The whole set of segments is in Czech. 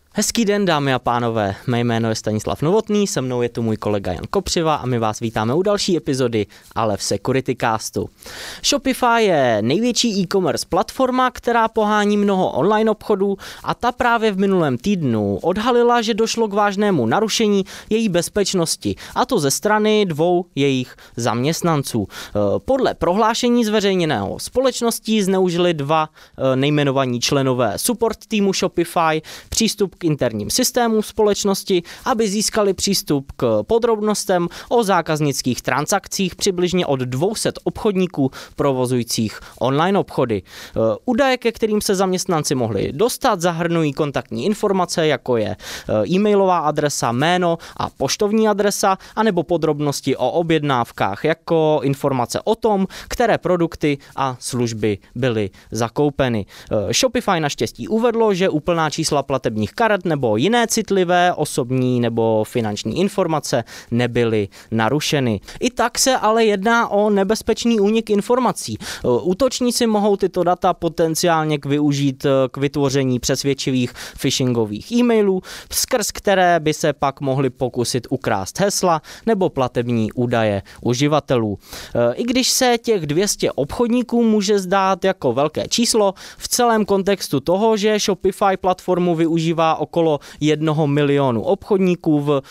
Hezký den, dámy a pánové, mé jméno je Stanislav Novotný, se mnou je tu můj kolega Jan Kopřiva a my vás vítáme u další epizody Ale v Security Castu. Shopify je největší e-commerce platforma, která pohání mnoho online obchodů a ta právě v minulém týdnu odhalila, že došlo k vážnému narušení její bezpečnosti, a to ze strany 2 jejich zaměstnanců. Podle prohlášení zveřejněného společností zneužili 2 nejmenovaní členové support týmu Shopify přístup k interním systémům společnosti, aby získali přístup k podrobnostem o zákaznických transakcích přibližně od 200 obchodníků provozujících online obchody. Údaje, ke kterým se zaměstnanci mohli dostat, zahrnují kontaktní informace, jako je e-mailová adresa, jméno a poštovní adresa, anebo podrobnosti o objednávkách, jako informace o tom, které produkty a služby byly zakoupeny. Shopify naštěstí uvedlo, že úplná čísla platebních karet nebo jiné citlivé osobní nebo finanční informace nebyly narušeny. I tak se ale jedná o nebezpečný únik informací. Útočníci mohou tyto data potenciálně využít k vytvoření přesvědčivých phishingových e-mailů, skrz které by se pak mohli pokusit ukrást hesla nebo platební údaje uživatelů. I když se těch 200 obchodníků může zdát jako velké číslo, v celém kontextu toho, že Shopify platformu využívá okolo 1 milionu obchodníků v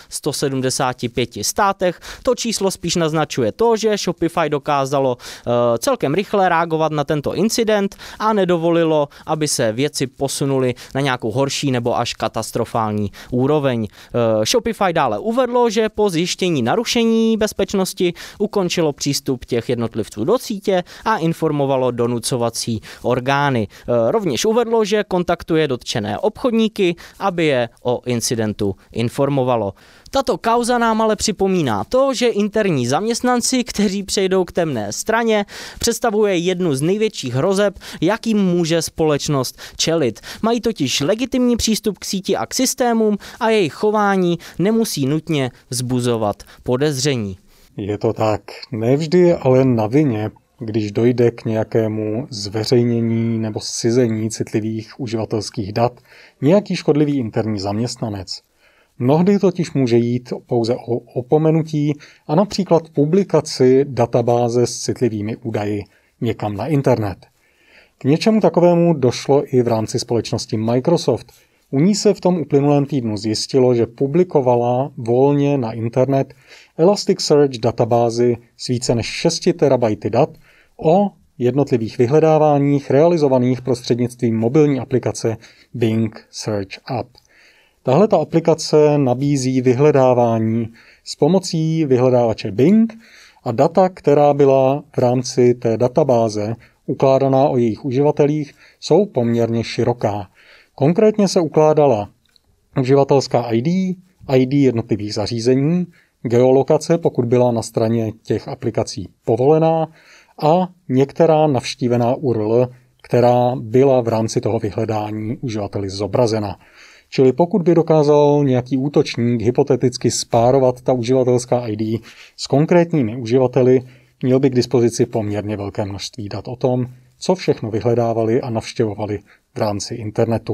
175 státech. To číslo spíš naznačuje to, že Shopify dokázalo celkem rychle reagovat na tento incident a nedovolilo, aby se věci posunuly na nějakou horší nebo až katastrofální úroveň. Shopify dále uvedlo, že po zjištění narušení bezpečnosti ukončilo přístup těch jednotlivců do sítě a informovalo donucovací orgány. Rovněž uvedlo, že kontaktuje dotčené obchodníky, aby je o incidentu informovalo. Tato kauza nám ale připomíná to, že interní zaměstnanci, kteří přejdou k temné straně, představuje jednu z největších hrozeb, jakým může společnost čelit. Mají totiž legitimní přístup k síti a k systémům a jejich chování nemusí nutně vzbuzovat podezření. Je to tak. Nevždy ale na vině, když dojde k nějakému zveřejnění nebo scizení citlivých uživatelských dat, nějaký škodlivý interní zaměstnanec. Mnohdy totiž může jít pouze o opomenutí a například publikaci databáze s citlivými údaji někam na internet. K něčemu takovému došlo i v rámci společnosti Microsoft. U ní se v tom uplynulém týdnu zjistilo, že publikovala volně na internet Elasticsearch databázi s více než 6 terabajty dat o jednotlivých vyhledáváních realizovaných prostřednictvím mobilní aplikace Bing Search App. Tahle ta aplikace nabízí vyhledávání s pomocí vyhledávače Bing a data, která byla v rámci té databáze ukládaná o jejich uživatelích, jsou poměrně široká. Konkrétně se ukládala uživatelská ID jednotlivých zařízení, geolokace, pokud byla na straně těch aplikací povolená, a některá navštívená URL, která byla v rámci toho vyhledání uživateli zobrazena. Čili pokud by dokázal nějaký útočník hypoteticky spárovat ta uživatelská ID s konkrétními uživateli, měl by k dispozici poměrně velké množství dat o tom, co všechno vyhledávali a navštěvovali v rámci internetu.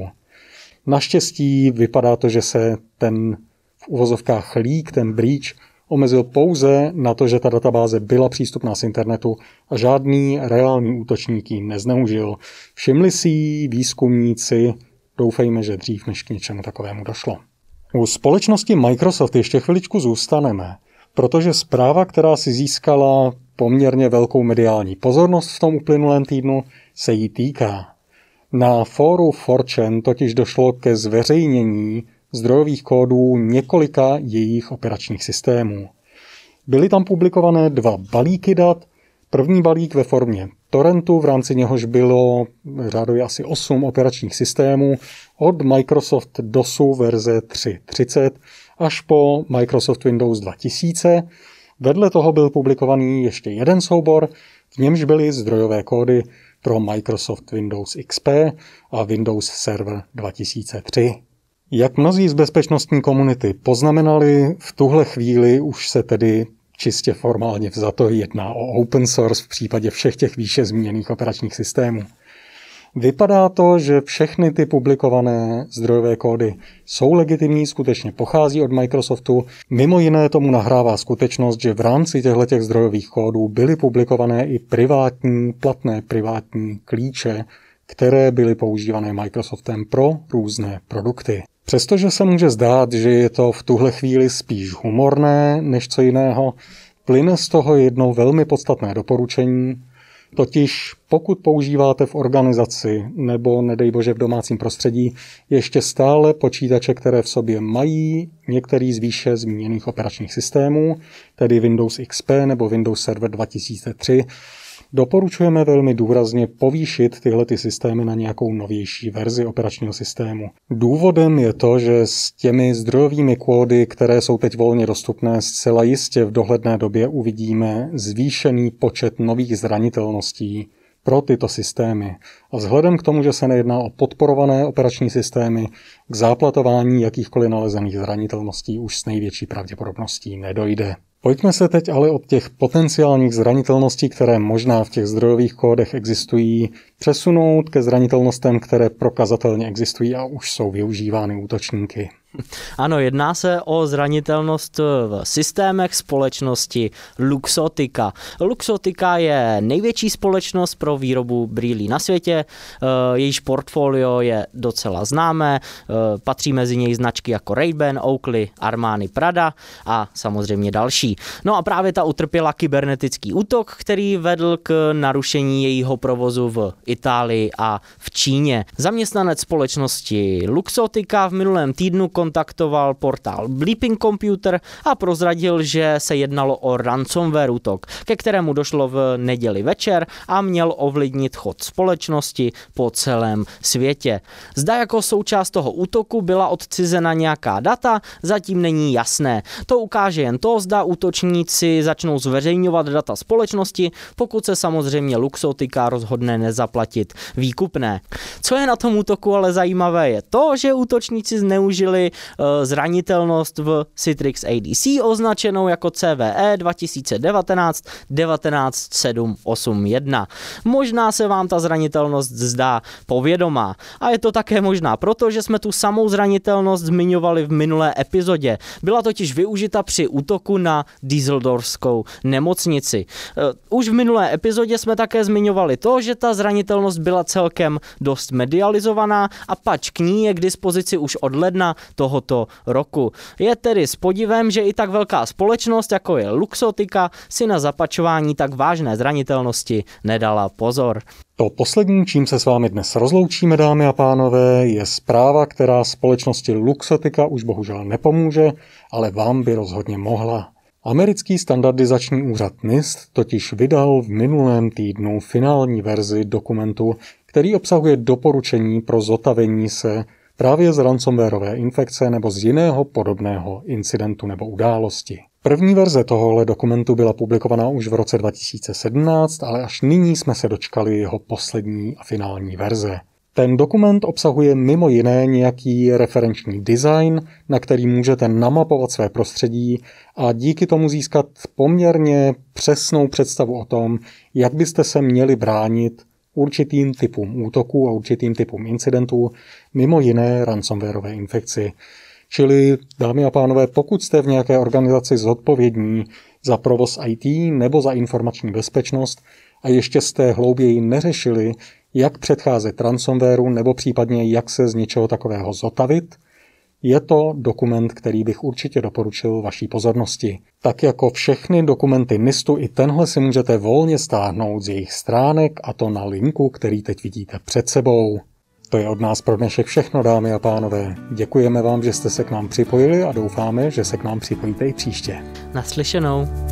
Naštěstí vypadá to, že se ten v uvozovkách leak, ten breach, omezil pouze na to, že ta databáze byla přístupná z internetu a žádný reálný útočník ji nezneužil. Všimli si ji výzkumníci, doufejme, že dřív než k něčemu takovému došlo. U společnosti Microsoft ještě chviličku zůstaneme, protože zpráva, která si získala poměrně velkou mediální pozornost v tom uplynulém týdnu, se jí týká. Na fóru 4chan totiž došlo ke zveřejnění zdrojových kódů několika jejich operačních systémů. Byly tam publikované 2 balíky dat. První balík ve formě torrentu, v rámci něhož bylo řádově asi 8 operačních systémů od Microsoft DOSu verze 3.30 až po Microsoft Windows 2000. Vedle toho byl publikovaný ještě jeden soubor, v němž byly zdrojové kódy pro Microsoft Windows XP a Windows Server 2003. Jak mnozí z bezpečnostní komunity poznamenali, v tuhle chvíli už se tedy čistě formálně vzato jedná o open source v případě všech těch výše zmíněných operačních systémů. Vypadá to, že všechny ty publikované zdrojové kódy jsou legitimní, skutečně pochází od Microsoftu. Mimo jiné tomu nahrává skutečnost, že v rámci těchto zdrojových kódů byly publikované i platné privátní klíče, které byly používané Microsoftem pro různé produkty. Přestože se může zdát, že je to v tuhle chvíli spíš humorné než co jiného, plyne z toho jedno velmi podstatné doporučení, totiž pokud používáte v organizaci nebo nedej bože v domácím prostředí ještě stále počítače, které v sobě mají některý z výše zmíněných operačních systémů, tedy Windows XP nebo Windows Server 2003, doporučujeme velmi důrazně povýšit tyhle systémy na nějakou novější verzi operačního systému. Důvodem je to, že s těmi zdrojovými kódy, které jsou teď volně dostupné, zcela jistě v dohledné době uvidíme zvýšený počet nových zranitelností pro tyto systémy. A vzhledem k tomu, že se nejedná o podporované operační systémy, k záplatování jakýchkoliv nalezených zranitelností už s největší pravděpodobností nedojde. Pojďme se teď ale od těch potenciálních zranitelností, které možná v těch zdrojových kódech existují, přesunout ke zranitelnostem, které prokazatelně existují a už jsou využívány útočníky. Ano, jedná se o zranitelnost v systémech společnosti Luxottica. Luxottica je největší společnost pro výrobu brýlí na světě, jejíž portfolio je docela známé, patří mezi něj značky jako Ray-Ban, Oakley, Armani, Prada a samozřejmě další. No a právě ta utrpěla kybernetický útok, který vedl k narušení jejího provozu v Itálii a v Číně. Zaměstnanec společnosti Luxottica v minulém týdnu kontaktoval portál Bleeping Computer a prozradil, že se jednalo o ransomware útok, ke kterému došlo v neděli večer a měl ovlivnit chod společnosti po celém světě. Zda jako součást toho útoku byla odcizena nějaká data, zatím není jasné. To ukáže jen to, zda útočníci začnou zveřejňovat data společnosti, pokud se samozřejmě Luxottica rozhodne nezaplatit výkupné. Co je na tom útoku ale zajímavé je to, že útočníci zneužili zranitelnost v Citrix ADC označenou jako CVE 2019-19781. Možná se vám ta zranitelnost zdá povědomá a je to také možná proto, že jsme tu samou zranitelnost zmiňovali v minulé epizodě. Byla totiž využita při útoku na Düsseldorfskou nemocnici. Už v minulé epizodě jsme také zmiňovali to, že ta zranitelnost byla celkem dost medializovaná a patč k ní je k dispozici už od ledna tohoto roku. Je tedy s podivem, že i tak velká společnost, jako je Luxottica, si na zapačování tak vážné zranitelnosti nedala pozor. To poslední, čím se s vámi dnes rozloučíme, dámy a pánové, je zpráva, která společnosti Luxottica už bohužel nepomůže, ale vám by rozhodně mohla. Americký standardizační úřad NIST totiž vydal v minulém týdnu finální verzi dokumentu, který obsahuje doporučení pro zotavení se právě z ransomwareové infekce nebo z jiného podobného incidentu nebo události. První verze tohohle dokumentu byla publikovaná už v roce 2017, ale až nyní jsme se dočkali jeho poslední a finální verze. Ten dokument obsahuje mimo jiné nějaký referenční design, na který můžete namapovat své prostředí a díky tomu získat poměrně přesnou představu o tom, jak byste se měli bránit určitým typům útoků a určitým typům incidentů, mimo jiné ransomwareové infekci. Čili, dámy a pánové, pokud jste v nějaké organizaci zodpovědní za provoz IT nebo za informační bezpečnost a ještě jste hlouběji neřešili, jak předcházet ransomwareu nebo případně jak se z něčeho takového zotavit, je to dokument, který bych určitě doporučil vaší pozornosti. Tak jako všechny dokumenty NISTu, i tenhle si můžete volně stáhnout z jejich stránek, a to na linku, který teď vidíte před sebou. To je od nás pro dnešek všechno, dámy a pánové. Děkujeme vám, že jste se k nám připojili a doufáme, že se k nám připojíte i příště. Naslyšenou.